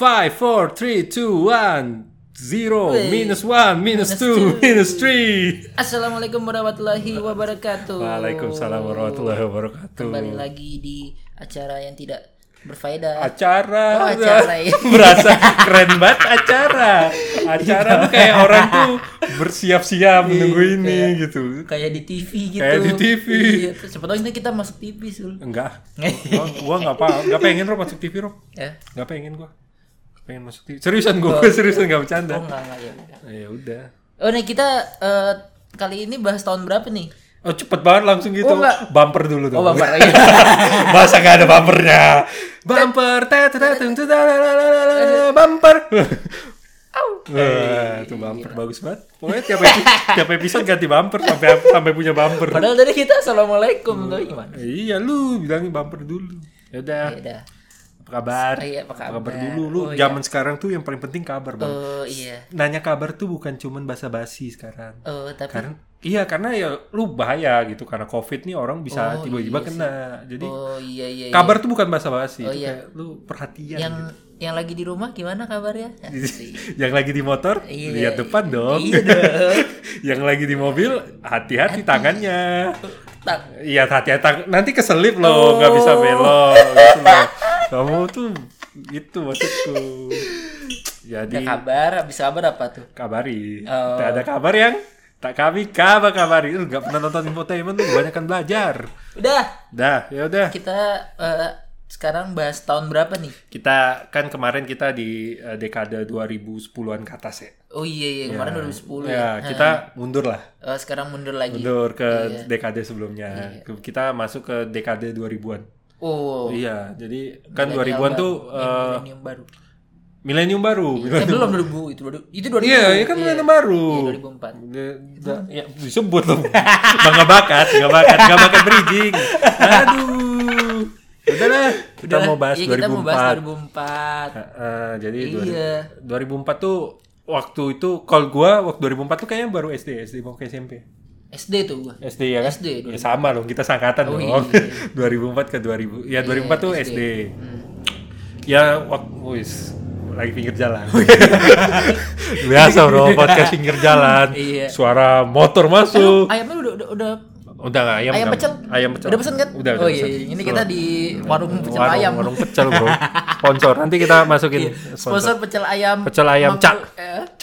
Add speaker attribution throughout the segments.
Speaker 1: 5, 4, 3, 2, 1, 0, minus 1, minus 2, minus 3.
Speaker 2: Assalamualaikum warahmatullahi wabarakatuh.
Speaker 1: Waalaikumsalam warahmatullahi wabarakatuh.
Speaker 2: Kembali lagi di acara yang tidak berfaedah.
Speaker 1: Acara
Speaker 2: ya.
Speaker 1: Berasa keren banget acara. Acara tuh kayak orang tuh bersiap-siap menunggu ini gitu.
Speaker 2: Kayak di TV gitu.
Speaker 1: Kayak di TV.
Speaker 2: Iya, siapa tahu kita masuk TV, Sul.
Speaker 1: Enggak. Gua enggak pengen Rob masuk TV, Rob.
Speaker 2: Ya.
Speaker 1: Enggak pengen gua. Pengen masuk TV. Seriusan gua, seriusan enggak bercanda.
Speaker 2: Oh, enggak ya.
Speaker 1: Ya udah.
Speaker 2: Oh, nih kita kali ini bahas tahun berapa nih?
Speaker 1: Oh, cepet banget langsung gitu. Bumper dulu tuh.
Speaker 2: Oh, bumper aja.
Speaker 1: Masa gak ada bumpernya? Bumper, bumper. Itu bumper bagus banget. Pokoknya tiap episode ganti bumper sampai punya bumper.
Speaker 2: Padahal dari kita assalamualaikum tuh gimana?
Speaker 1: Iya, lu bilangin bumper dulu. Yaudah. Apa kabar?
Speaker 2: Apa kabar
Speaker 1: dulu. Lu zaman sekarang tuh yang paling penting kabar, Bang.
Speaker 2: Oh, iya.
Speaker 1: Nanya kabar tuh bukan cuman basa-basi sekarang.
Speaker 2: Oh, tapi
Speaker 1: karena ya lu bahaya gitu karena Covid nih orang bisa tiba-tiba kena. Jadi
Speaker 2: iya.
Speaker 1: kabar tuh bukan basa-basi, itu
Speaker 2: iya.
Speaker 1: kayak lu perhatian
Speaker 2: Yang lagi di rumah gimana kabarnya?
Speaker 1: Yang lagi di motor lihat depan dong.
Speaker 2: Iya dong.
Speaker 1: Yang lagi di mobil hati-hati tangannya. Iya, hati-hati nanti keselip loh, nggak bisa belok gitu loh. Kamu tuh itu maksudku. Jadi
Speaker 2: habis kabar apa tuh?
Speaker 1: Kabari. Tak ada kabar yang tak kami kabari. Lu nggak pernah nonton infotainment tuh, kebanyakan belajar. Ya udah.
Speaker 2: Kita sekarang bahas tahun berapa nih?
Speaker 1: Kita kan kemarin kita di dekade 2010-an ke atas ya.
Speaker 2: Oh iya, kemarin 2010
Speaker 1: ya. Kita mundur lah.
Speaker 2: Sekarang mundur lagi.
Speaker 1: Mundur ke dekade sebelumnya. Kita masuk ke dekade 2000-an.
Speaker 2: Oh.
Speaker 1: Iya, jadi kan 2000-an tuh
Speaker 2: milenium baru. Belum 2000 itu 2000.
Speaker 1: Iya, kan milenium baru.
Speaker 2: Iya, 2004.
Speaker 1: Ya, disebut loh. Enggak bakat bridging. Aduh. Udahlah, kita mau bahas 2004.
Speaker 2: Kita mau bahas 2004.
Speaker 1: Jadi 2004 tuh waktu itu kalau gua waktu 2004 tuh kayaknya baru SD mau ke SMP.
Speaker 2: SD tuh gua.
Speaker 1: SD ya kan?
Speaker 2: SD.
Speaker 1: Ya sama dong, kita sangkatan dong. Iya. 2004 ke 2000. Ya 2004 tuh SD. Ya waktu lagi pinggir jalan. Biasa bro, podcast pinggir jalan. Suara motor masuk.
Speaker 2: Ayamnya udah
Speaker 1: enggak, ayam
Speaker 2: pecel.
Speaker 1: Udah
Speaker 2: pesen kan?
Speaker 1: Udah
Speaker 2: iya. Ini kita di warung pecel ayam.
Speaker 1: Warung pecel, bro. Sponsor. Nanti kita masukin
Speaker 2: sponsor pecel ayam.
Speaker 1: Pecel ayam Cak.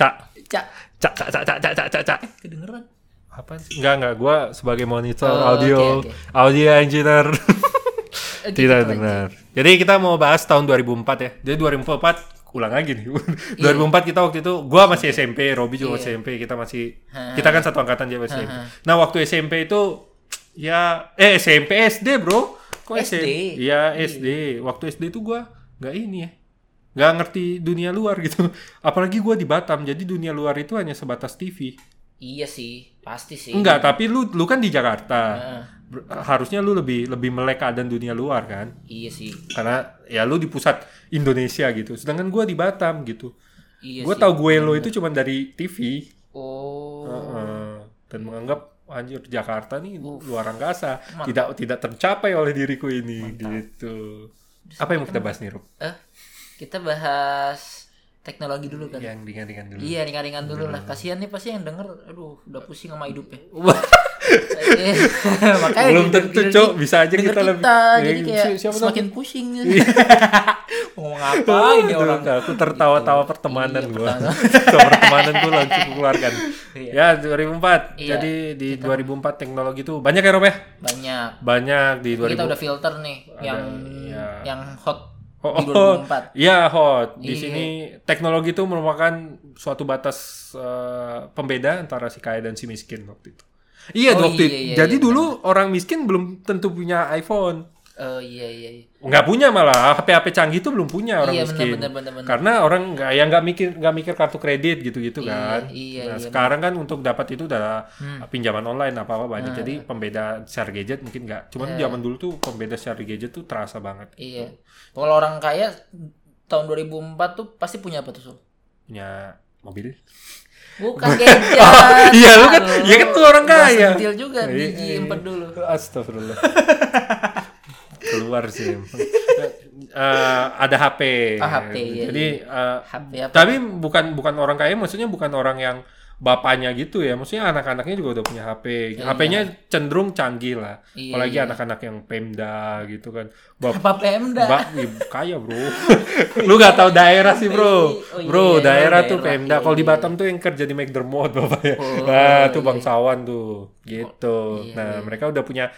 Speaker 2: Kedengeran.
Speaker 1: Apa sih? Enggak. Gua sebagai monitor audio engineer. Tidak dengar. Jadi kita mau bahas tahun 2004 ya. Jadi 2004 ulang lagi nih. 2004 kita waktu itu gua masih SMP, Robi juga masih SMP, kita kan satu angkatan dia masih SMP. Nah, waktu SMP itu ya SMP SD, Bro. Kok SD? Iya, SD. Waktu SD itu gua enggak ini ya. Enggak ngerti dunia luar gitu. Apalagi gua di Batam. Jadi dunia luar itu hanya sebatas TV.
Speaker 2: Iya sih, pasti sih.
Speaker 1: Enggak, tapi lu kan di Jakarta. Harusnya lu lebih melek keadaan dunia luar kan?
Speaker 2: Iya sih.
Speaker 1: Karena ya lu di pusat Indonesia gitu. Sedangkan gue di Batam gitu.
Speaker 2: Iya
Speaker 1: gue tahu gue lo itu cuma dari TV.
Speaker 2: Oh.
Speaker 1: Dan menganggap anjir Jakarta nih luar angkasa. Tidak tercapai oleh diriku ini. Mantap. Gitu. Apa yang mau kita bahas nih, Rob?
Speaker 2: Kita bahas teknologi dulu kan.
Speaker 1: Yang ringan-ringan dulu.
Speaker 2: Iya, ringan-ringan dulu lah. Kasihan nih pasti yang denger, aduh, udah pusing sama hidupnya. Makanya
Speaker 1: belum tentu, Cok. Bisa aja kita lebih.
Speaker 2: Jadi kayak semakin pusing. Ngomong apa ini orang?
Speaker 1: Aku tertawa-tawa pertemanan gue. Pertemanan gue langsung keluarkan. Ya, 2004. Jadi di 2004 teknologi itu banyak ya, Rob ya? Banyak di 2004.
Speaker 2: Kita udah filter nih yang hot. Di 2004.
Speaker 1: Iya, hot. Di sini teknologi itu merupakan suatu batas pembeda antara si kaya dan si miskin waktu itu. Iya, jadi dulu orang miskin belum tentu punya iPhone.
Speaker 2: Oh iya.
Speaker 1: Nggak punya malah HP canggih itu belum punya orang miskin.
Speaker 2: Bener.
Speaker 1: Karena orang nggak mikir kartu kredit gitu kan.
Speaker 2: Iya.
Speaker 1: Sekarang kan untuk dapat itu udah pinjaman online apa banyak. Jadi pembeda secara gadget mungkin nggak. Cuman zaman dulu tuh pembeda secara gadget tuh terasa banget.
Speaker 2: Iya. Kalau orang kaya tahun 2004 tuh pasti punya apa tuh?
Speaker 1: Punya mobil.
Speaker 2: Bukan gadget.
Speaker 1: Iya lu kan, tuh orang kaya.
Speaker 2: Sentil juga biji 4 dulu.
Speaker 1: Astagfirullah. keluar sih. Ada HP.
Speaker 2: HP.
Speaker 1: Jadi
Speaker 2: HP apa?
Speaker 1: tapi bukan orang kaya, maksudnya bukan orang yang bapaknya gitu ya, maksudnya anak-anaknya juga udah punya HP. HP-nya cenderung canggih lah, apalagi anak-anak yang Pemda gitu kan.
Speaker 2: Apa Pemda?
Speaker 1: Kaya bro. Lu gak tahu daerah sih bro. Bro, daerah tuh Pemda. Kalau di Batam tuh yang kerja di McDermott bapaknya. Nah tuh bangsawan tuh gitu. Nah mereka udah punya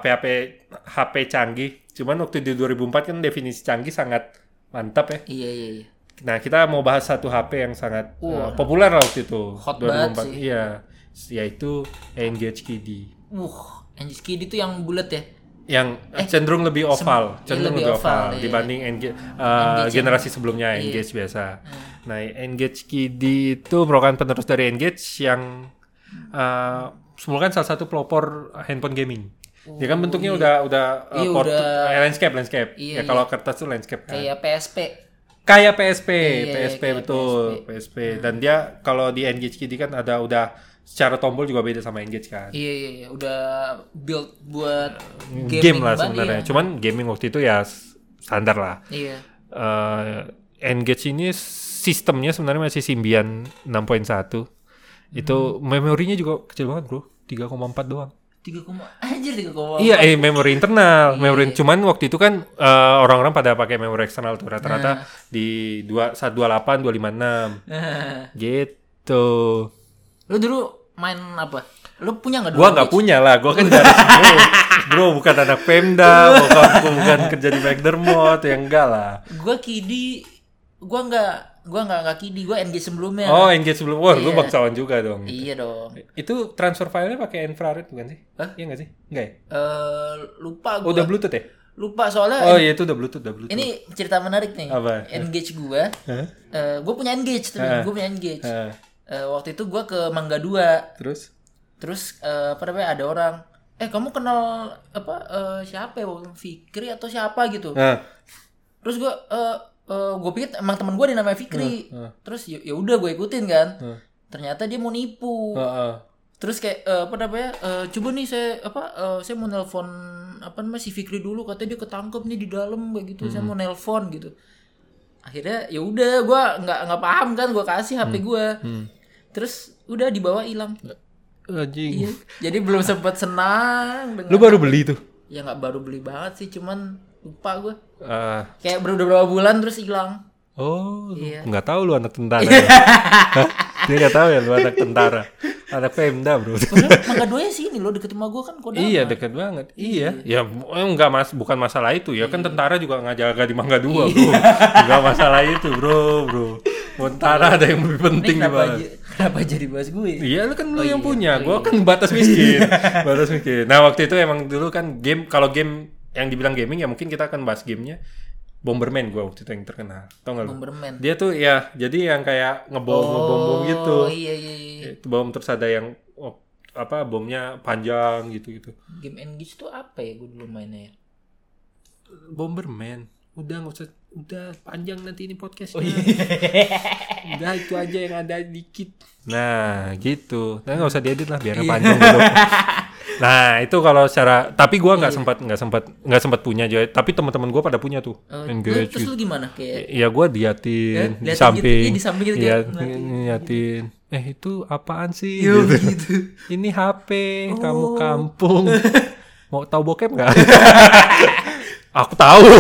Speaker 1: HP canggih. Cuman waktu di 2004 kan definisi canggih sangat mantap ya.
Speaker 2: Iya.
Speaker 1: Nah, kita mau bahas satu HP yang sangat populer lah waktu itu.
Speaker 2: Hot
Speaker 1: 2004.
Speaker 2: banget sih.
Speaker 1: Iya. Yaitu Engage KD.
Speaker 2: Engage KD itu yang bulat ya?
Speaker 1: Yang cenderung lebih oval. Cenderung lebih oval dibanding generasi sebelumnya Engage biasa. Nah, Engage KD itu merupakan penerus dari Engage yang semula kan salah satu pelopor handphone gaming. Dia kan bentuknya udah landscape. Ya kalau kertas tuh landscape kan.
Speaker 2: Kayak PSP.
Speaker 1: Kayak PSP betul, PSP. Dan dia kalau di Engage KD kan udah secara tombol juga beda sama Engage kan.
Speaker 2: Iya, udah build buat
Speaker 1: game lah sebenarnya. Cuman gaming waktu itu ya standar lah.
Speaker 2: Iya.
Speaker 1: Engage ini sistemnya sebenarnya masih Symbian 6.1. Itu memorinya juga kecil banget, Bro. 3,4 doang.
Speaker 2: 3,4.
Speaker 1: Iya, memori internal. Memori cuman waktu itu kan orang-orang pada pakai memori eksternal tuh rata-rata di 128, 256. Gitu.
Speaker 2: Lu dulu main apa? Lu punya enggak dulu?
Speaker 1: Gua enggak punya lah, gua kan dari bro, bukan anak Pemda, bukan kerja di McDermott, ya enggak lah.
Speaker 2: Gua KD, gua enggak KD, gua Engage sebelumnya.
Speaker 1: Oh, Engage sebelum. Wah, lu bangsawan juga dong.
Speaker 2: Iya dong.
Speaker 1: Itu transfer filenya pakai infrared bukan sih?
Speaker 2: Hah?
Speaker 1: Iya enggak sih? Enggak ya?
Speaker 2: Lupa gua.
Speaker 1: Udah Bluetooth ya?
Speaker 2: Lupa soalnya.
Speaker 1: Oh iya itu udah Bluetooth.
Speaker 2: Ini cerita menarik nih.
Speaker 1: Apa?
Speaker 2: Engage gua. Gua punya Engage tuh. Gua punya Engage. Waktu itu gua ke Mangga 2. Terus apa namanya, ada orang, kamu kenal siapa ya, Fikri atau siapa gitu. Terus gue pikir emang teman gue namanya Fikri. Terus ya udah gue ikutin kan. Ternyata dia mau nipu. Terus kayak coba nih saya mau nelpon si Fikri dulu, katanya dia ketangkep nih di dalam kayak gitu. Saya mau nelpon gitu. Akhirnya ya udah gue nggak paham kan, gue kasih HP gue. Terus udah dibawa hilang.
Speaker 1: Anjing.
Speaker 2: Iya. Jadi belum sempat senang dengan.
Speaker 1: Lu baru beli tuh?
Speaker 2: Ya nggak baru beli banget sih, cuman lupa gue. Kayak udah beberapa bulan terus hilang.
Speaker 1: Oh,
Speaker 2: iya.
Speaker 1: Nggak tahu lu anak tentara. Ya? Dia nggak tahu ya lu anak tentara, anak Pemda bro.
Speaker 2: Mangga 2 ya sini lo deket rumah gue kan Kodama.
Speaker 1: Iya dekat banget. Iya. Ya bukan masalah itu ya kan tentara juga nggak jaga di Mangga 2 bro. Nggak masalah itu bro. Tentara ada yang lebih penting dibahas.
Speaker 2: Kenapa jadi bahas gue?
Speaker 1: Iya lu kan lu yang punya, gue kan batas miskin. Nah waktu itu emang dulu kan kalau game yang dibilang gaming ya mungkin kita akan bahas gamenya. Bomberman gue waktu itu yang terkenal, tau gak lu?
Speaker 2: Bomberman.
Speaker 1: Dia tuh ya jadi yang kayak ngebom gitu.
Speaker 2: Iya.
Speaker 1: Itu bom terus ada yang bomnya panjang gitu.
Speaker 2: Game Engage tuh apa ya, gue dulu mainnya ya?
Speaker 1: Bomberman. Udah nggak usah, udah panjang nanti ini podcastnya.
Speaker 2: Oh, iya.
Speaker 1: Udah itu aja yang ada dikit. Nah gitu. Nah nggak usah diedit lah biar panjang dulu. Nah itu kalau secara, tapi gue nggak sempat punya juga. Tapi teman-teman gue pada punya tuh.
Speaker 2: Terus lu gimana kayak?
Speaker 1: Ya gue diatin di samping. Iya diatin. Itu apaan sih? Gitu. Ini HP kamu kampung. Mau tahu bokep nggak? Aku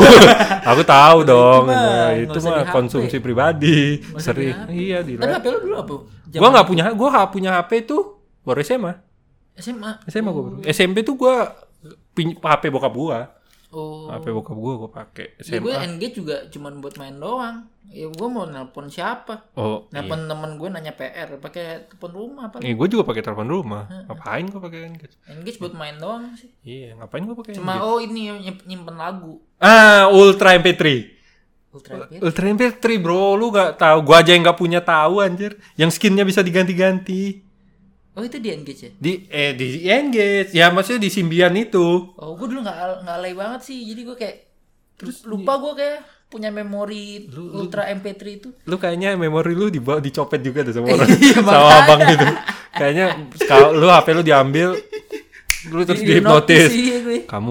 Speaker 1: tahu dong. Itu mah konsumsi pribadi. Sering. Iya di.
Speaker 2: Tapi HP lu dulu apa?
Speaker 1: Gua nggak punya HP tuh baru SMA gua baru. SMP tuh gua HP bokap gua.
Speaker 2: Oh.
Speaker 1: HP bokap gua pakai SMA.
Speaker 2: Ya, gue Engage juga cuman buat main doang. Ya gue mau nelpon siapa? Nelpon temen gue nanya PR, pakai telepon rumah apa?
Speaker 1: Gue juga pakai telepon rumah. Ngapain gue pakai Engage?
Speaker 2: Engage buat main doang sih.
Speaker 1: Iya, ngapain gue pakai?
Speaker 2: Cuma ini nyimpen lagu.
Speaker 1: Ultra MP3. Ultra MP3 bro, lu gak tahu? Gua aja yang gak punya tahu anjir. Yang skinnya bisa diganti-ganti.
Speaker 2: Oh itu di Engage ya?
Speaker 1: Di Engage. Ya maksudnya di Symbian itu.
Speaker 2: Oh gue dulu gak alay banget sih. Jadi gue kayak terus lupa gue kayak punya memori Ultra MP3 itu. Lu
Speaker 1: kayaknya memori lu dicopet juga deh sama orang. Sama abang gitu. Kayaknya kalau lu HP lu diambil, lu terus dihipnotis. Kamu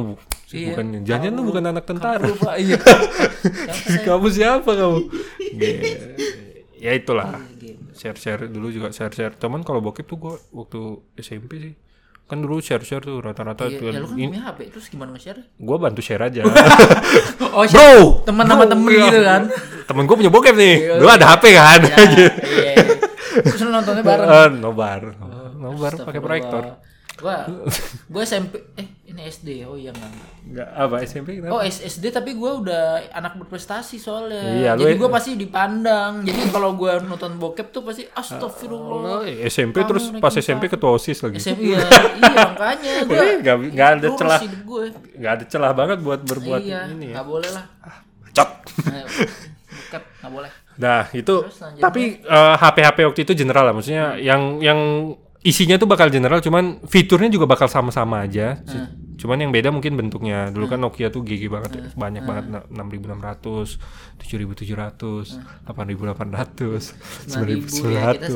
Speaker 1: Bukan jangan lu bukan anak tentara.
Speaker 2: Iya.
Speaker 1: Kamu siapa kamu? Ya itulah. Share dulu juga share. Cuman kalau bokep tuh gue waktu SMP sih. Kan dulu share tuh rata-rata tuh.
Speaker 2: Ya lu kan punya HP terus gimana nge-share?
Speaker 1: Gue bantu share aja.
Speaker 2: Bro, teman sama temen gitu kan.
Speaker 1: Temen gue punya bokep nih. Dulu ada HP kan.
Speaker 2: Iya. Terus lu nontonnya bareng.
Speaker 1: Nobar pakai proyektor.
Speaker 2: Gue SMP ini SD. Oh iya
Speaker 1: enggak apa SMP kenapa?
Speaker 2: Oh SD tapi gue udah anak berprestasi soalnya.
Speaker 1: Iya,
Speaker 2: jadi gue pasti dipandang. Jadi kalau gue nonton bokep tuh pasti astagfirullah.
Speaker 1: SMP terus pas SMP ketua OSIS lagi.
Speaker 2: SMP iya makanya gue
Speaker 1: enggak ada celah. Enggak ada celah banget buat berbuat ini ya.
Speaker 2: Enggak boleh lah.
Speaker 1: Bacot.
Speaker 2: Bokep enggak boleh.
Speaker 1: Nah, itu tapi HP waktu itu general lah, maksudnya yang isinya tuh bakal general, cuman fiturnya juga bakal sama-sama aja. Cuman yang beda mungkin bentuknya. Dulu kan Nokia tuh gigi banget ya. Banyak banget 6600, 7700, 8800, 9900,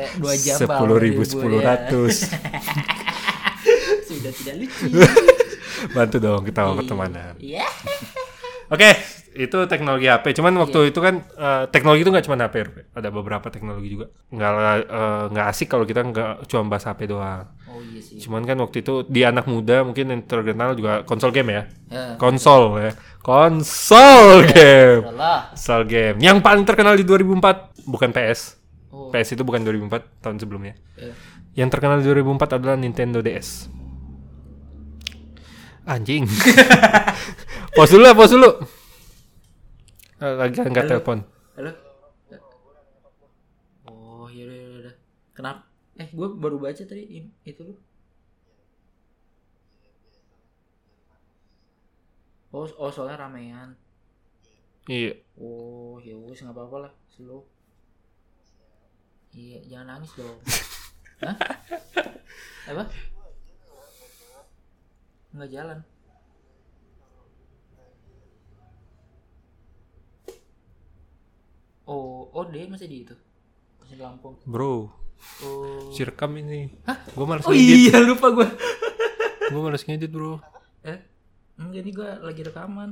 Speaker 1: 10100.
Speaker 2: Sudah tidak lucu.
Speaker 1: Bantu dong kita pertemanan. Iya. Oke, itu teknologi HP. Cuman waktu itu kan teknologi itu nggak cuma HP, ada beberapa teknologi juga. Nggak asik kalau kita nggak cuma bahas HP doang.
Speaker 2: Oh iya sih.
Speaker 1: Cuman kan waktu itu di anak muda mungkin yang terkenal juga konsol game ya. Konsol game. Konsol game. Yang paling terkenal di 2004 bukan PS. PS itu bukan 2004, tahun sebelumnya. Yang terkenal di 2004 adalah Nintendo DS. Anjing. Pause dulu. Lagi angkat telepon.
Speaker 2: Halo. Oh, yaudah. Kenapa? Gue baru baca tadi itu lu. Oh, soalnya ramean.
Speaker 1: Iya.
Speaker 2: Oh, ya wis enggak apa-apa lah, slow. Iya, jangan nangis dong. Hah? Apa? Enggak jalan. Oh, dia masih di itu. Masih di Lampung.
Speaker 1: Bro. Sirekam ini.
Speaker 2: Hah?
Speaker 1: Gue malas
Speaker 2: ngedit. Iya, lupa gue.
Speaker 1: Gue malas ngedit, bro.
Speaker 2: Enggak, ini gue lagi rekaman.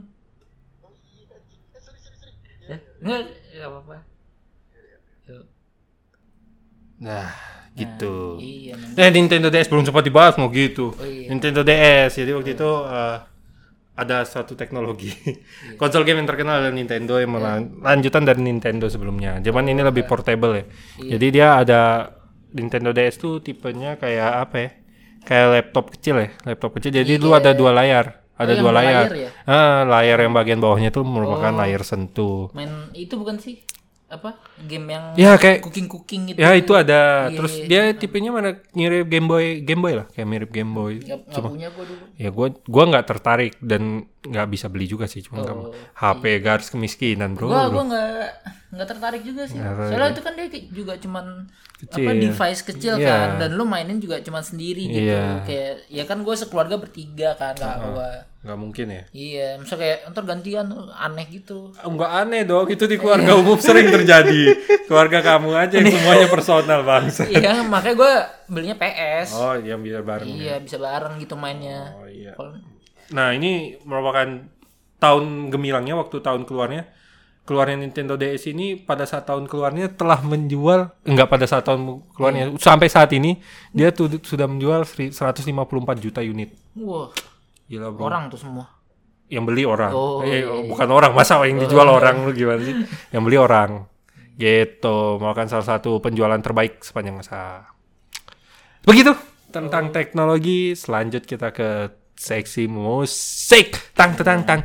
Speaker 2: Enggak apa-apa. Yuk.
Speaker 1: Nah, gitu.
Speaker 2: Iya,
Speaker 1: Nintendo DS belum sempat dibahas mau gitu.
Speaker 2: Oh, iya.
Speaker 1: Nintendo DS. Jadi waktu itu ada suatu teknologi. Konsol game yang terkenal adalah Nintendo yang lanjutan dari Nintendo sebelumnya. Cuman ini lebih portable ya. Jadi dia ada Nintendo DS tuh tipenya kayak apa ya? Kayak laptop kecil ya. Jadi dulu ada dua layar. Ada dua layar. Layar yang bagian bawahnya tuh merupakan layar sentuh.
Speaker 2: Main itu bukan sih? Apa? Game yang
Speaker 1: kayak
Speaker 2: cooking gitu.
Speaker 1: Ya itu ada. Terus dia tipenya mana mirip Game Boy lah, kayak mirip Game Boy.
Speaker 2: Nggak punya gue dulu.
Speaker 1: Ya gue nggak tertarik dan nggak bisa beli juga sih, cuma HP garis kemiskinan bro.
Speaker 2: Gue nggak tertarik juga sih. Soalnya itu kan dia juga cuman device kecil kan, dan lu mainin juga cuman sendiri gitu. Kayak ya kan gue sekeluarga bertiga kan,
Speaker 1: nggak mungkin ya.
Speaker 2: Iya, misal kayak ntar gantian aneh gitu.
Speaker 1: Nggak aneh dong, itu di keluarga umum sering terjadi. Keluarga kamu aja yang semuanya personal bangsa.
Speaker 2: Iya, makanya gue belinya PS.
Speaker 1: Oh iya, biar bareng.
Speaker 2: Iya, bisa bareng gitu mainnya.
Speaker 1: Oh iya. Nah ini merupakan tahun gemilangnya, waktu tahun keluarnya Nintendo DS ini. Pada saat tahun keluarnya telah menjual, enggak pada saat tahun keluarnya, sampai saat ini dia sudah menjual 154 juta unit.
Speaker 2: Wah. Gila, bro. Orang tuh semua.
Speaker 1: Yang beli orang. Bukan orang, masa yang dijual orang lu gimana sih? Yang beli orang. Gitu, merupakan salah satu penjualan terbaik sepanjang masa. Begitu tentang teknologi. Selanjut kita ke seksi musik. Tang.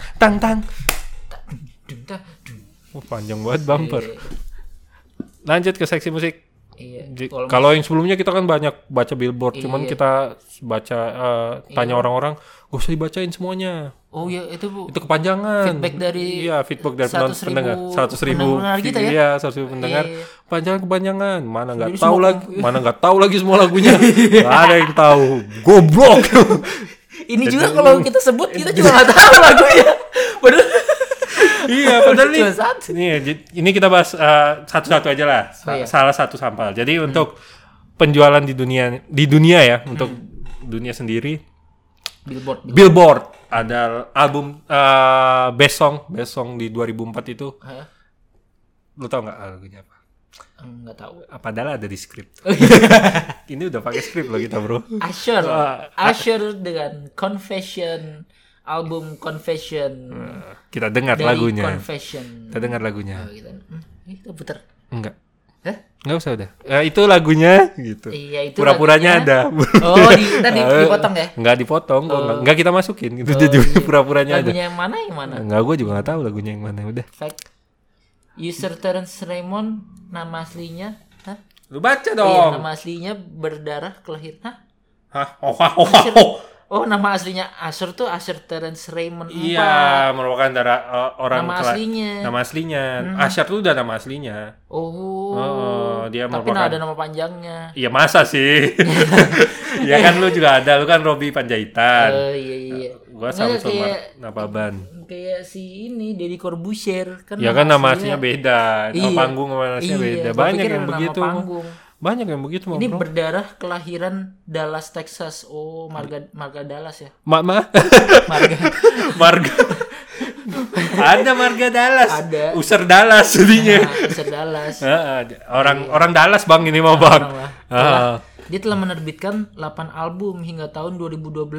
Speaker 1: Panjang banget bumper. Lanjut ke seksi musik.
Speaker 2: Iya.
Speaker 1: Kalau yang sebelumnya kita kan banyak baca billboard, cuman kita baca tanya orang-orang, gak usah dibacain semuanya.
Speaker 2: Oh iya, itu
Speaker 1: kepanjangan.
Speaker 2: Feedback dari
Speaker 1: pendengar 100.000
Speaker 2: gitu ya.
Speaker 1: Iya, 100.000 pendengar. Kepanjangan. Mana nggak tahu lagi semua lagunya. Gak ada yang tahu. Goblok.
Speaker 2: Ini juga kalau kita sebut kita juga nggak tahu lagunya.
Speaker 1: Padahal ini kita bahas satu-satu aja lah. Salah satu sampel. Jadi untuk penjualan di dunia ya, untuk dunia sendiri, billboard ada album Best Song di 2004 itu. Lu tau nggak lagunya apa?
Speaker 2: Nggak tahu.
Speaker 1: Padahal ada di skrip. Ini udah pakai skrip loh kita, bro.
Speaker 2: Usher dengan Confession, album Confession.
Speaker 1: Kita dengar lagunya.
Speaker 2: Confession.
Speaker 1: Kita dengar lagunya.
Speaker 2: Kita putar.
Speaker 1: Enggak. Nggak usah udah. Itu lagunya gitu.
Speaker 2: Iya, itu
Speaker 1: pura-puranya ada.
Speaker 2: Tadi dipotong ya?
Speaker 1: Nggak dipotong, enggak kita masukin gitu. Jadi pura-puranya ada.
Speaker 2: Lagunya yang mana?
Speaker 1: Enggak, gue juga nggak tahu lagunya yang mana. Udah.
Speaker 2: Fact. User Terence Raymond, nama aslinya?
Speaker 1: Lu baca dong.
Speaker 2: Iya, nama aslinya berdarah kelahiran. Nama aslinya Usher tuh Usher Terence Raymond.
Speaker 1: Iya, merupakan orang
Speaker 2: nama aslinya.
Speaker 1: Nama aslinya. Usher tuh udah nama aslinya. Dia
Speaker 2: tapi
Speaker 1: merupakan.
Speaker 2: Ada nama panjangnya.
Speaker 1: Iya, masa sih? Ya kan lu juga ada, lu kan Robby Panjaitan.
Speaker 2: Iya.
Speaker 1: Gua sama Nababan.
Speaker 2: Kayak si ini Deddy Corbuzier kan.
Speaker 1: Ya kan nama aslinya beda. Nama panggung nama aslinya beda. Banyak yang begitu. Banyak yang begitu,
Speaker 2: ini bro. Berdarah kelahiran Dallas, Texas. Marga Dallas ya.
Speaker 1: Marga. Ada Marga Dallas.
Speaker 2: Ada.
Speaker 1: User Dallas jadinya.
Speaker 2: User Dallas.
Speaker 1: Orang Dallas bang ini mau bang.
Speaker 2: Dia telah menerbitkan 8 album hingga tahun 2012.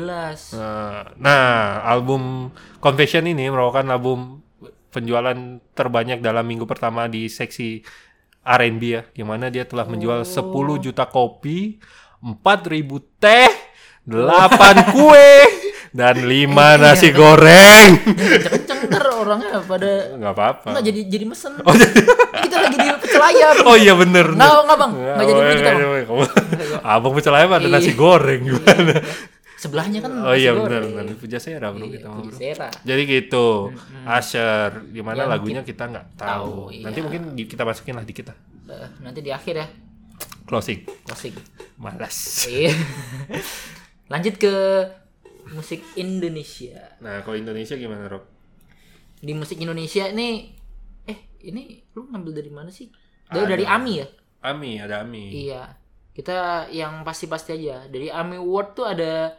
Speaker 1: Album Confession ini merupakan album penjualan terbanyak dalam minggu pertama di seksi R&B ya, yang mana dia telah menjual 10 juta kopi, 4.000 teh, 8 kue, dan 5 nasi goreng.
Speaker 2: Kenceng ntar orangnya pada
Speaker 1: nggak apa-apa.
Speaker 2: Nggak jadi mesen. Kita lagi di pecel ayam.
Speaker 1: Oh iya bener.
Speaker 2: Nggak bang, nggak jadi kita bang.
Speaker 1: Abang pecel ayam ada nasi goreng gimana?
Speaker 2: Sebelahnya kan
Speaker 1: iya benar Pujasera bro, kita mau. Jadi gitu. Usher gimana ya, lagunya kita nggak tahu. Nanti mungkin kita masukin lah di kita.
Speaker 2: Nanti di akhir ya.
Speaker 1: Closing.
Speaker 2: Malas. Lanjut ke musik Indonesia.
Speaker 1: Nah, kalau Indonesia gimana, Rob?
Speaker 2: Di musik Indonesia ini ini lu ngambil dari mana sih? Dari AMI ya?
Speaker 1: Ada AMI.
Speaker 2: Iya. Kita yang pasti-pasti aja. Dari AMI Award tuh ada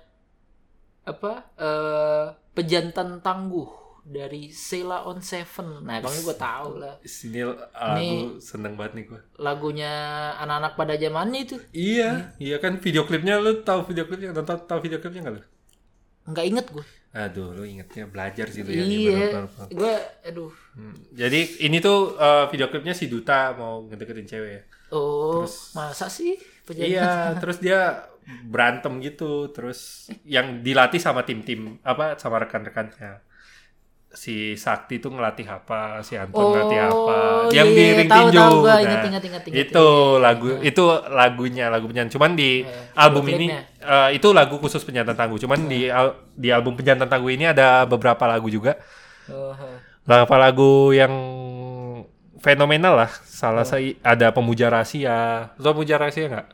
Speaker 2: Pejantan Tangguh dari Sheila on 7. Nah, kamu gue tahu lah.
Speaker 1: Ini lagu seneng banget nih gue.
Speaker 2: Lagunya anak-anak pada zamannya itu.
Speaker 1: Iya kan video klipnya, lu tahu video klipnya? Tahu video klipnya enggak lu?
Speaker 2: Enggak inget gue.
Speaker 1: Aduh, lu ingetnya belajar sih lu ya.
Speaker 2: Iya. Gue
Speaker 1: Jadi ini tuh video klipnya si Duta mau ngedeketin cewek ya.
Speaker 2: Terus, masa sih?
Speaker 1: Iya, terus dia berantem gitu, terus yang dilatih sama tim-tim sama rekan-rekannya. Si Sakti tuh ngelatih apa, si Anton ngelatih apa, yang di ring tinju.
Speaker 2: Ingat.
Speaker 1: Itu lagu penyanyi. Cuman di album ini itu lagu khusus Pejantan Tangguh. Cuman di album Pejantan Tangguh ini ada beberapa lagu juga. Beberapa lagu yang fenomenal lah. Salah saya ada Pemuja Rahasia. Lo Pemuja Rahasia nggak?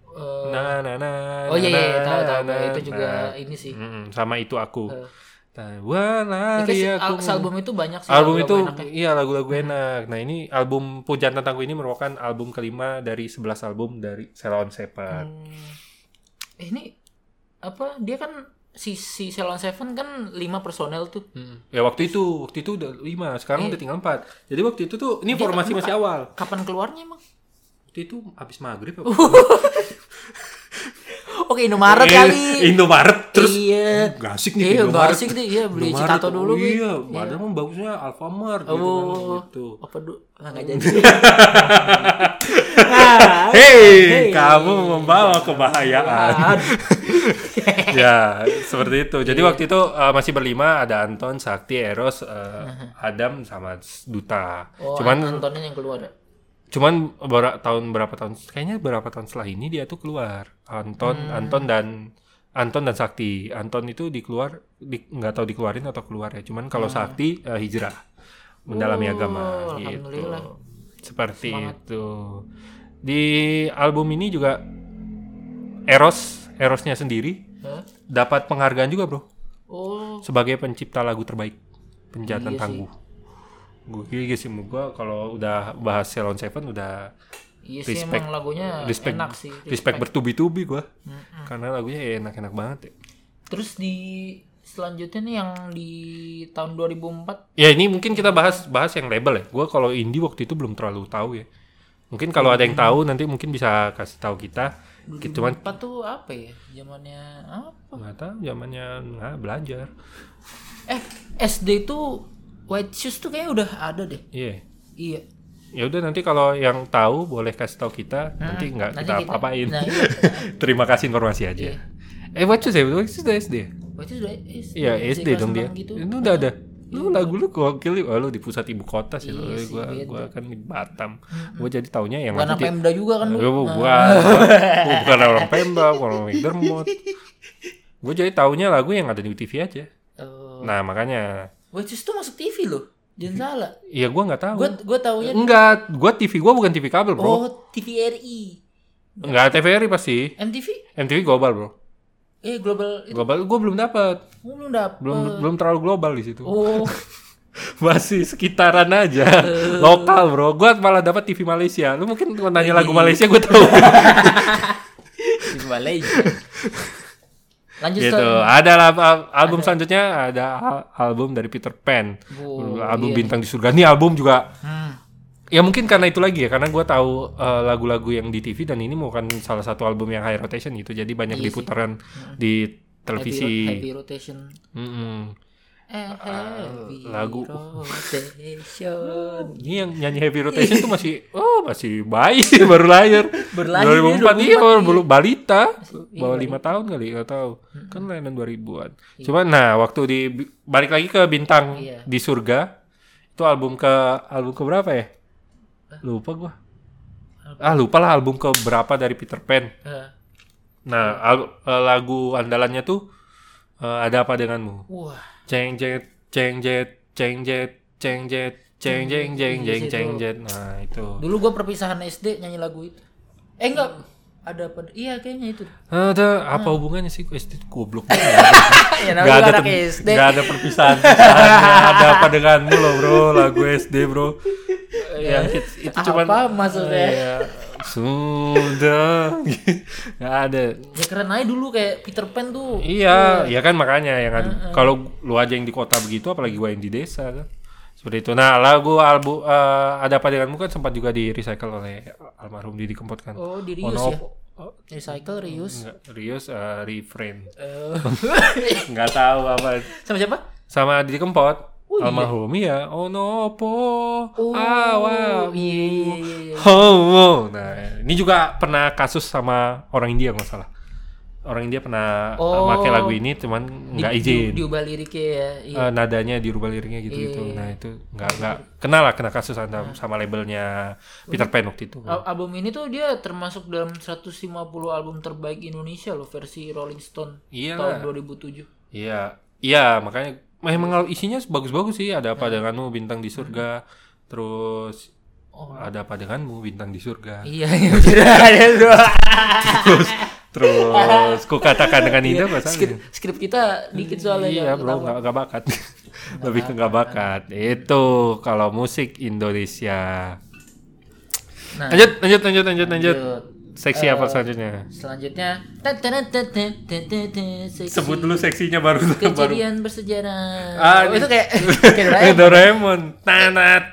Speaker 2: Tahu. Itu juga ini sih.
Speaker 1: Sama Itu Aku.
Speaker 2: Album itu banyak sih.
Speaker 1: Album itu lagu-lagu enak. Nah ini album Pejantan Tangguh ini merupakan album kelima dari 11 album dari Sheila on 7.
Speaker 2: Ini dia kan si Sheila on 7 kan 5 personel tuh.
Speaker 1: Ya waktu itu udah 5, sekarang udah tinggal 4. Jadi waktu itu tuh ini formasi masih awal.
Speaker 2: Kapan keluarnya emang?
Speaker 1: Waktu itu habis maghrib apa?
Speaker 2: Oke, Indomaret kali.
Speaker 1: Indomaret terus.
Speaker 2: Iya.
Speaker 1: Gak asik nih Indomaret.
Speaker 2: Gak asik nih. Iya, beli Citato dulu.
Speaker 1: Iya, padahal mah bagusnya Alfamart gitu.
Speaker 2: Apa enggak jadi.
Speaker 1: Hei, kamu membawa kebahayaan. Ya, seperti itu. Jadi waktu itu masih berlima, ada Anton, Sakti, Eros, Adam sama Duta.
Speaker 2: Cuman Antonnya yang keluar ya?
Speaker 1: Cuman berapa tahun setelah ini dia tuh keluar. Anton dan Sakti. Anton itu nggak tahu dikeluarin atau keluar ya. Cuman kalau Sakti hijrah mendalami agama gitu. Seperti itu. Di album ini juga Erosnya sendiri dapat penghargaan juga, Bro. Sebagai pencipta lagu terbaik Pejantan Tangguh. Gue sih kalau udah bahas Sheila on 7 udah
Speaker 2: respect, emang lagunya enak sih.
Speaker 1: Respect bertubi-tubi gue. Karena lagunya enak-enak banget ya.
Speaker 2: Terus di selanjutnya nih yang di tahun 2004.
Speaker 1: Ya ini mungkin kita bahas yang label ya. Gue kalau indie waktu itu belum terlalu tahu ya. Mungkin kalau ada yang tahu nanti mungkin bisa kasih tahu kita.
Speaker 2: 2004 cuman, tuh apa ya? Zamannya apa?
Speaker 1: Nggak tahu, zamannya belajar.
Speaker 2: SD itu White Shoes tuh kayaknya udah ada deh. Iya.
Speaker 1: Ya udah nanti kalau yang tahu boleh kasih tahu kita, nanti kita apa-apain. Terima kasih informasi aja. White Shoes udah SD.
Speaker 2: White Shoes udah SD.
Speaker 1: Iya, SD dong dia. Gitu. Itu udah ada. Lu lagu lu gokil, lu di pusat ibu kota sih. Gua kan di Batam. Gua jadi taunya yang
Speaker 2: bukan Pemda juga kan lu.
Speaker 1: Bukan orang Pemda, bukan orang McDermott. Gua jadi taunya lagu yang ada di TV aja. Nah, makanya
Speaker 2: White Shoes tuh masuk TV loh. Jangan salah.
Speaker 1: Iya, gua enggak tahu.
Speaker 2: Gua taunya
Speaker 1: enggak, TV gua bukan TV kabel, Bro.
Speaker 2: Oh, TVRI.
Speaker 1: Enggak, TVRI pasti. MTV global, Bro.
Speaker 2: Global itu.
Speaker 1: Global gua belum dapat. Belum terlalu global di situ. Masih sekitaran aja. Lokal, Bro. Gua malah dapat TV Malaysia. Lu mungkin mau nanya lagu Malaysia gua tahu.
Speaker 2: TV Malaysia. Lanjut
Speaker 1: gitu. Ada album selanjutnya, ada album dari Peter Pan. Album Bintang di Surga. Ini album juga ya mungkin karena itu lagi ya, karena gue tahu lagu-lagu yang di TV dan ini bukan salah satu album yang high rotation gitu, jadi banyak diputaran di televisi.
Speaker 2: Heavy rotation.
Speaker 1: Lagu
Speaker 2: rotation.
Speaker 1: Ini yang nyanyi heavy rotation tuh masih bayi baru lahir 2004 iya baru balita bawa 5 tahun kali nggak tahu kan layanan 2000-an. Cuma waktu balik lagi ke Bintang di Surga itu album ke berapa ya? Lupa gua. Lupa lah album ke berapa dari Peter Pan. Lagu andalannya tuh Ada Apa Denganmu.
Speaker 2: Wah.
Speaker 1: Ceng jet. Nah, itu.
Speaker 2: Dulu gue perpisahan SD nyanyi lagu itu. Enggak. Ada apa? Iya, kayaknya itu.
Speaker 1: Ada apa hubungannya sih SD goblok.
Speaker 2: Enggak
Speaker 1: ada perpisahan. Ada Apa Denganmu loh, Bro. Lagu SD, Bro. Yang itu cuma
Speaker 2: apa maksudnya?
Speaker 1: Sudah nggak ada.
Speaker 2: Ya keren aja dulu kayak Peter Pan tuh.
Speaker 1: Iya kan makanya yang ada. Kalau lu aja yang di kota begitu, apalagi gua yang di desa kan. Seperti itu. Nah, album Ada Apa Denganmu kan sempat juga di recycle oleh almarhum Didi Kempot kan.
Speaker 2: Oh, di Rius ya? Recycle,
Speaker 1: Rius, refrain. Nggak tahu apa.
Speaker 2: Sama siapa?
Speaker 1: Sama Didi Kempot. Almarhum iya. Wow.
Speaker 2: Iya.
Speaker 1: Nah, ini juga pernah kasus sama orang India nggak salah. Orang India pernah pakai lagu ini, cuman nggak izin.
Speaker 2: Diubah liriknya ya.
Speaker 1: Iya. Nadanya dirubah liriknya gitu. Nah itu nggak kena kasus sama labelnya Peter Pan waktu itu.
Speaker 2: Album ini tuh dia termasuk dalam 150 album terbaik Indonesia loh versi Rolling Stone tahun 2007.
Speaker 1: Iya makanya. Memang isinya bagus-bagus sih. Ada Apa Denganmu, Bintang di Surga. Terus Ada Apa Denganmu, Bintang di Surga.
Speaker 2: Iya ada dua.
Speaker 1: Terus Ku Katakan Dengan Indah pasalnya.
Speaker 2: Skrip kita dikit soalnya.
Speaker 1: Iya bro, nggak bakat. Lebih ke nggak bakat. Itu kalau musik Indonesia. Lanjut. Seksi apa selanjutnya?
Speaker 2: Selanjutnya
Speaker 1: sebut dulu seksinya baru.
Speaker 2: Kejadian bersejarah. Itu kayak
Speaker 1: Doraemon. Tanat.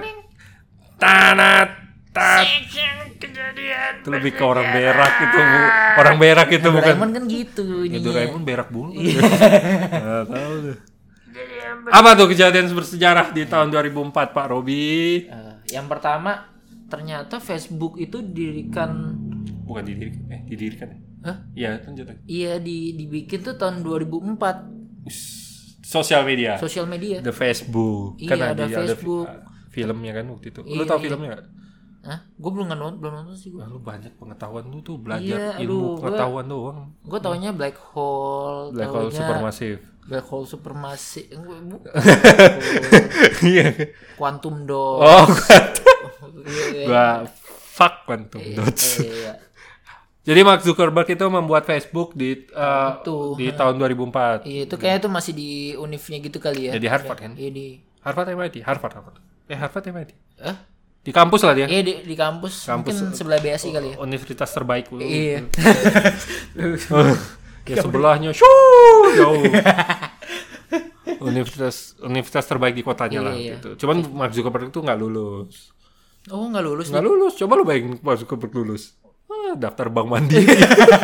Speaker 1: Itu lebih ke orang berak itu. Orang berak itu bukan.
Speaker 2: Doraemon kan gitu.
Speaker 1: Doraemon berak bulu. Nggak tahu tuh. Apa tuh kejadian bersejarah di tahun 2004 Pak Robi?
Speaker 2: Yang pertama ternyata Facebook itu didirikan.
Speaker 1: Bukan didirikan ya?
Speaker 2: Hah?
Speaker 1: Iya, lanjut.
Speaker 2: Iya, dibikin tuh tahun 2004.
Speaker 1: Sosial media.
Speaker 2: The
Speaker 1: Facebook.
Speaker 2: Iya, kan ada Facebook.
Speaker 1: Filmnya kan waktu itu. Lu tahu filmnya enggak?
Speaker 2: Hah? Gue belum nonton sih gue.
Speaker 1: Lu banyak pengetahuan lu tuh belajar ilmu pengetahuan doang.
Speaker 2: Gue taunya Black Hole
Speaker 1: Supermassive.
Speaker 2: Black Hole Supermassive.
Speaker 1: Iya.
Speaker 2: Quantum Dot.
Speaker 1: Oh, fuck Quantum Dots.
Speaker 2: Iya.
Speaker 1: Jadi Mark Zuckerberg itu membuat Facebook di tahun 2004.
Speaker 2: Iya, itu kayaknya tuh masih di univnya gitu kali ya.
Speaker 1: Ya di Harvard kan?
Speaker 2: Iya di
Speaker 1: Harvard MIT. Harvard MIT. Di kampus lah dia.
Speaker 2: Iya di kampus. Mungkin sebelah BSI kali ya.
Speaker 1: Universitas terbaik.
Speaker 2: Iya.
Speaker 1: Ya sebelahnya jauh. universitas terbaik di kotanya lah gitu. Cuman Mark Zuckerberg itu nggak lulus.
Speaker 2: Oh, nggak lulus?
Speaker 1: Nggak lulus. Coba lu bayangin Mark Zuckerberg lulus. Daftar Bank Mandiri.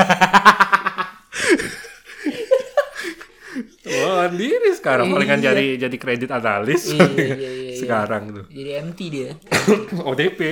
Speaker 1: Mandiri sekarang palingan jadi kredit analis.
Speaker 2: Iya.
Speaker 1: Sekarang tuh.
Speaker 2: Jadi MT dia.
Speaker 1: ODP.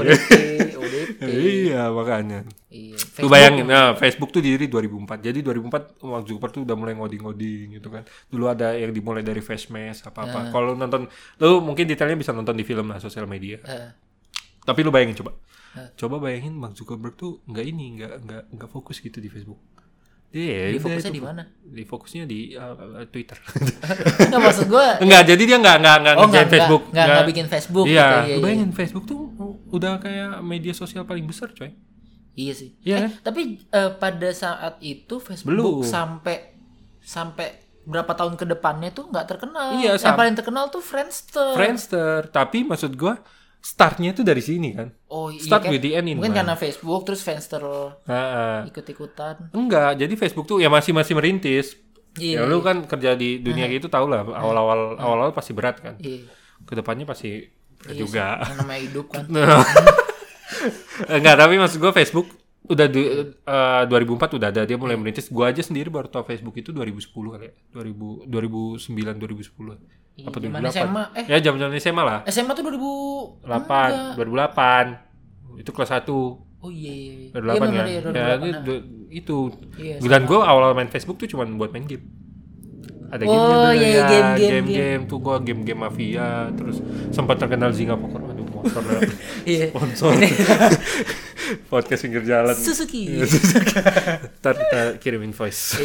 Speaker 1: Iya, makanya.
Speaker 2: Iya.
Speaker 1: Lu bayangin, Facebook tuh diri 2004. Jadi 2004 Mark Zuckerberg tuh udah mulai ngoding gitu kan. Dulu ada yang dimulai dari FastMess apa-apa. Kalau lu nonton, lu mungkin detailnya bisa nonton di film lah, sosial media. Tapi lu bayangin coba. Coba bayangin Mark Zuckerberg tuh nggak fokus gitu di Facebook.
Speaker 2: Dia fokusnya di mana?
Speaker 1: Di fokusnya di Twitter.
Speaker 2: Enggak, maksud gue.
Speaker 1: Enggak, jadi dia enggak ngerjain Facebook.
Speaker 2: Enggak bikin Facebook
Speaker 1: iya,
Speaker 2: gitu. Iya,
Speaker 1: bayangin Facebook tuh udah kayak media sosial paling besar, coy.
Speaker 2: Iya sih.
Speaker 1: Iya.
Speaker 2: Tapi pada saat itu Facebook sampai berapa tahun ke depannya tuh enggak terkenal.
Speaker 1: Iya,
Speaker 2: yang paling terkenal tuh Friendster.
Speaker 1: Tapi maksud gue startnya tuh dari sini kan.
Speaker 2: Oh iya.
Speaker 1: Start with the end in
Speaker 2: mungkin
Speaker 1: mind.
Speaker 2: karena Facebook terus Friendster ikut-ikutan.
Speaker 1: Enggak, jadi Facebook tuh ya masih merintis.
Speaker 2: Iya.
Speaker 1: Ya lu kan kerja di dunia gitu tau lah, awal-awal pasti berat kan.
Speaker 2: Iya.
Speaker 1: Kedepannya pasti berat juga.
Speaker 2: Yang namanya hidup kan.
Speaker 1: Enggak, tapi maksud gue Facebook udah 2004 udah ada, dia mulai merintis. Gue aja sendiri baru tau Facebook itu 2010 kali ya. 2009 2010. Apa 2008?
Speaker 2: SMA,
Speaker 1: ya zaman SMA lah.
Speaker 2: SMA tuh
Speaker 1: 2008. Itu kelas 1.
Speaker 2: Oh iya.
Speaker 1: 2008 kan. Ya, itu.
Speaker 2: Iya,
Speaker 1: dan gue awal main Facebook tuh cuma buat main game. Ada game tuh gue game mafia, terus sempat terkenal Zinga Poker. Aduh, motor sponsor. Podcast pinggir jalan.
Speaker 2: Suzuki.
Speaker 1: Ntar kita kirim invoice.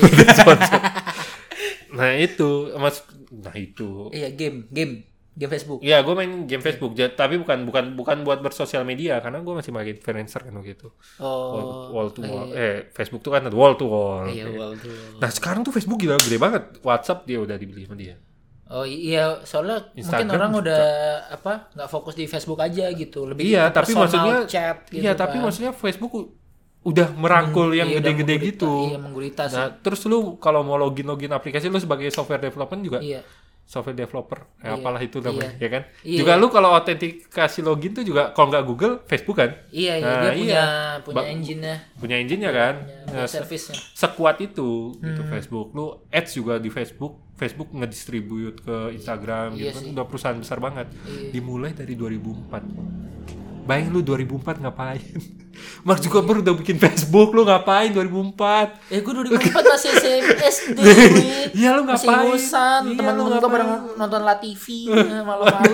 Speaker 1: Nah itu. Iya, game Facebook. Iya, gue main game Facebook, tapi bukan buat bersosial media, karena gue masih main Friendster kan gitu. Wall to wall. Facebook tuh kan ada wall to wall.
Speaker 2: Iya, wall to wall.
Speaker 1: Nah sekarang tuh Facebook gila gede banget. WhatsApp dia udah dibeli sama dia.
Speaker 2: Oh iya, soalnya Instagram mungkin orang udah nggak fokus di Facebook aja gitu, lebih
Speaker 1: tapi maksudnya
Speaker 2: chat gitu.
Speaker 1: Iya, tapi maksudnya Facebook udah merangkul yang gede-gede gitu.
Speaker 2: Iya, menggurita sih.
Speaker 1: Nah, terus lu kalau mau login aplikasi, lu sebagai software development juga.
Speaker 2: Iya.
Speaker 1: Software developer, apalah itu namanya, ya kan?
Speaker 2: Iya.
Speaker 1: Juga lu kalau autentikasi login tuh juga kalau nggak Google, Facebook kan?
Speaker 2: Iya,
Speaker 1: nah,
Speaker 2: dia punya engine-nya.
Speaker 1: Punya engine-nya kan?
Speaker 2: Service-nya.
Speaker 1: Sekuat itu gitu Facebook. Lu ads juga di Facebook ngedistribute ke Instagram gitu kan. Udah perusahaan besar banget.
Speaker 2: Iya.
Speaker 1: Dimulai dari 2004. Bayangin lu 2004 ngapain? Mark Zuckerberg udah bikin Facebook, lu ngapain 2004?
Speaker 2: Gue 2004 masih SD.
Speaker 1: Iya, lu ngapain?
Speaker 2: Masih urusan, teman-teman gue pada nonton La TV, malu-malu.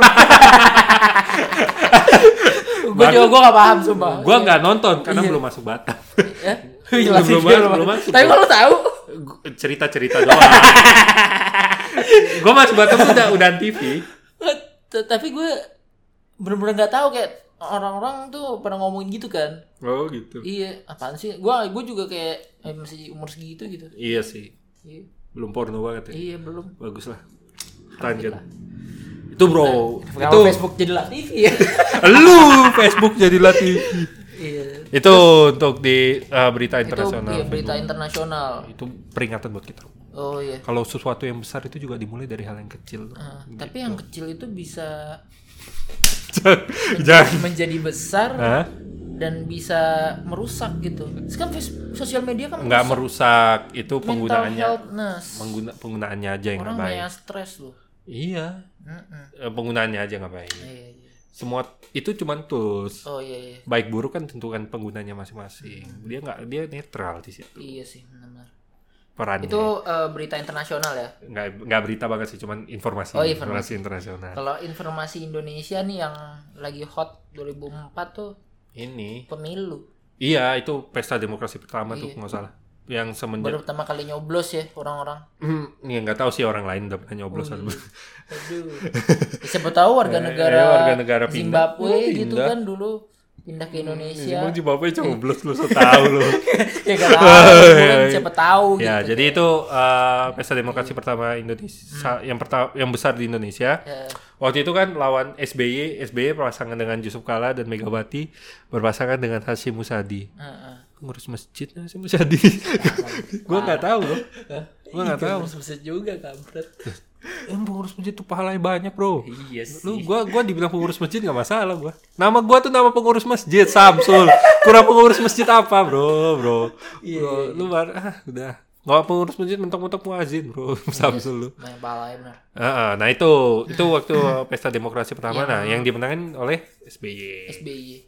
Speaker 2: Gue gak paham sumpah.
Speaker 1: Gue gak nonton karena belum masuk Batam.
Speaker 2: belum masuk. Tapi kalau tahu
Speaker 1: cerita doang. Gue masuk Batam udah TV.
Speaker 2: Tapi gue bener-bener gak tahu, kayak orang-orang tuh pada ngomongin gitu kan.
Speaker 1: Oh gitu.
Speaker 2: Iya, apaan sih? Gue juga kayak masih umur segitu gitu.
Speaker 1: Iya sih.
Speaker 2: Iya.
Speaker 1: Belum porno banget ya.
Speaker 2: Iya, belum.
Speaker 1: Bagus lah. Lanjut. Itu bro.
Speaker 2: Itu Facebook jadi La TV ya.
Speaker 1: Lu Facebook jadi La TV.
Speaker 2: Iya.
Speaker 1: Itu untuk di berita internasional.
Speaker 2: Itu berita internasional.
Speaker 1: Itu peringatan buat kita.
Speaker 2: Oh iya.
Speaker 1: Kalau sesuatu yang besar itu juga dimulai dari hal yang kecil.
Speaker 2: Gitu. Tapi yang kecil itu bisa menjadi besar dan bisa merusak gitu. Sekarang sosial media kan
Speaker 1: nggak merusak, itu
Speaker 2: penggunaannya
Speaker 1: aja yang nggak baik.
Speaker 2: Orang banyak stres loh.
Speaker 1: Iya. Penggunaannya aja nggak baik.
Speaker 2: Iya.
Speaker 1: Semua itu cuma tools.
Speaker 2: Oh iya.
Speaker 1: Baik buruk kan tentukan penggunanya masing-masing. Dia netral di situ.
Speaker 2: Iya sih, benar.
Speaker 1: Perannya.
Speaker 2: Itu berita internasional ya?
Speaker 1: Nggak berita banget sih, cuman informasi. Informasi internasional.
Speaker 2: Kalau informasi Indonesia nih yang lagi hot 2004 tuh
Speaker 1: ini
Speaker 2: pemilu.
Speaker 1: Iya, itu pesta demokrasi pertama tuh nggak salah. Yang semenjak
Speaker 2: baru pertama kali nyoblos ya orang-orang.
Speaker 1: Ya nggak tahu sih orang lain udah pernah nyoblos.
Speaker 2: Aduh. Siapa tahu warga negara Zimbabwe gitu kan dulu pindah ke Indonesia.
Speaker 1: Emang Zimbabwe coblos lu tahu lu.
Speaker 2: Ya enggak tahu, siapa tahu gitu.
Speaker 1: Ya, jadi itu pesta demokrasi pertama Indonesia yang besar di Indonesia. Waktu itu kan lawan SBY berpasangan dengan Yusuf Kala dan Megawati berpasangan dengan Hasyim Musadi. Ngurus masjid Hasyim Musadi. Gua enggak tahu loh. Gua enggak tahu.
Speaker 2: Ngurus masjid juga kampret.
Speaker 1: Pengurus masjid tuh pahalanya banyak, bro.
Speaker 2: Iya sih.
Speaker 1: Lu gua dibilang pengurus masjid nggak masalah gua. Nama gua tuh nama pengurus masjid Samsul. Kurang pengurus masjid apa, bro?
Speaker 2: Iya.
Speaker 1: Lu udah. Nggak pengurus masjid mentok-mentok muazin, bro. Samsul lu.
Speaker 2: Banyak pahalanya benar.
Speaker 1: Nah itu waktu pesta demokrasi pertama. Nah, yang dimenangin oleh SBY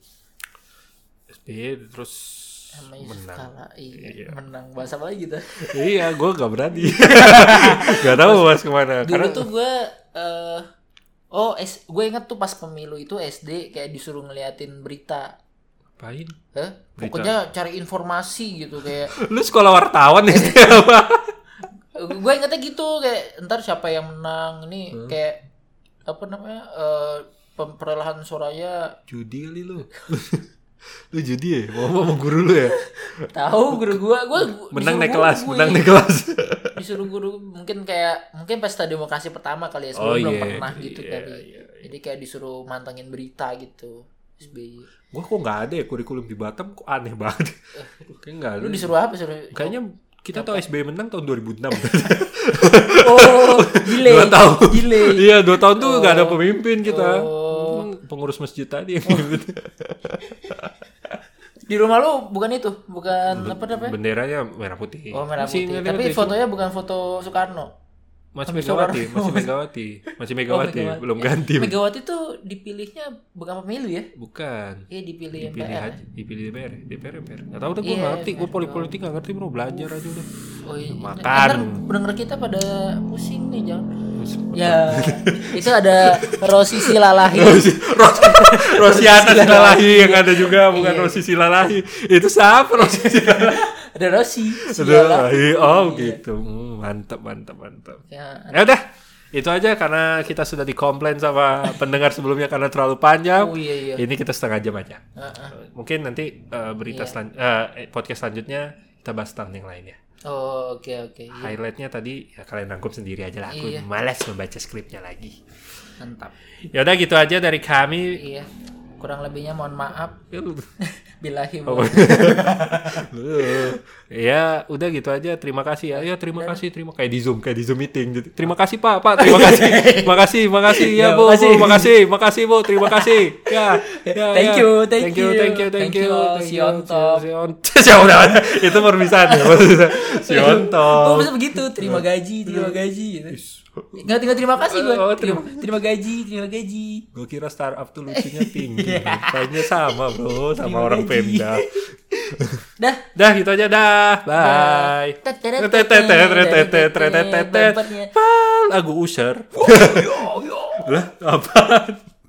Speaker 1: terus menang.
Speaker 2: Iya. Menang bahasa apa lagi gitu.
Speaker 1: Iya, gue gak berani. Gak tahu mas kemana.
Speaker 2: Dulu tuh gue gue inget tuh pas pemilu itu SD kayak disuruh ngeliatin berita.
Speaker 1: Apain?
Speaker 2: Pokoknya cari informasi gitu kayak.
Speaker 1: Lu sekolah wartawan ya?
Speaker 2: Gue ingetnya gitu kayak ntar siapa yang menang ini kayak apa namanya perolehan suaranya.
Speaker 1: Judi kali lu. Lu judi ya? Mau guru lu ya?
Speaker 2: Tahu guru gue
Speaker 1: menang naik kelas.
Speaker 2: Disuruh guru mungkin pesta demokrasi pertama kali ya, sebelum belum pernah gitu kali. Jadi kayak disuruh mantengin berita gitu. SBY.
Speaker 1: Gua kok nggak ada ya kurikulum di Batam, kok aneh banget. Kayak nggak ada.
Speaker 2: Lu disuruh apa?
Speaker 1: Kayaknya kita tahu SBY menang tahun 2006.
Speaker 2: Oh, gile.
Speaker 1: 2 tahun.
Speaker 2: Gile.
Speaker 1: Iya, 2 tahun tuh nggak ada pemimpin kita. Pengurus masjid tadi yang mimpin.
Speaker 2: Di rumah lu bukan itu, bukan apa namanya?
Speaker 1: Benderanya merah putih.
Speaker 2: Oh, merah putih. Tapi fotonya bukan foto Soekarno.
Speaker 1: Masih Megawati, belum ganti.
Speaker 2: Megawati tuh dipilihnya bukan pemilu ya?
Speaker 1: Bukan.
Speaker 2: Iya, dipilih MPR.
Speaker 1: Dipilih DPR. Enggak tahu tuh gue ngerti, gue politik enggak ngerti bro, belajar aja udah.
Speaker 2: Oh iya.
Speaker 1: Makan.
Speaker 2: Pendengar kita pada pusing nih, jangan. Ya, itu ada Rosi Silalahi.
Speaker 1: Rosiana Silalahi yang ada juga, bukan Rosi Silalahi. Itu siapa Rosi Silalahi?
Speaker 2: Ada Rosi Silalahi.
Speaker 1: Oh gitu. Mantap. Ya udah, itu aja karena kita sudah dikomplain sama pendengar sebelumnya karena terlalu panjang.
Speaker 2: Oh, iya.
Speaker 1: Ini kita setengah jam aja. Mungkin nanti podcast selanjutnya kita bahas tentang yang lainnya.
Speaker 2: Oh, oke.
Speaker 1: Highlightnya tadi ya kalian rangkum sendiri aja lah. Aku malas membaca skripnya lagi.
Speaker 2: Mantap.
Speaker 1: Ya udah gitu aja dari kami.
Speaker 2: Iya. Kurang lebihnya mohon maaf. Bilahi.
Speaker 1: Ya udah gitu aja. Terima kasih ya. Ya terima kasih. Kayak di Zoom meeting. Terima kasih Pak. Terima kasih. Makasih ya Bu. Makasih Bu. Terima kasih. Ya.
Speaker 2: Thank you. Sionto.
Speaker 1: Itu perpisahan ya. Sionto.
Speaker 2: Gue bisa begitu. Terima gaji gitu. Nggak tinggal terima kasih gue. Terima gaji.
Speaker 1: Gue kira startup tuh lucunya tinggi. Kayaknya sama bro, sama orang Pemda. Dah gitu aja dah. Bye. Lagu Usher. Lah apaan?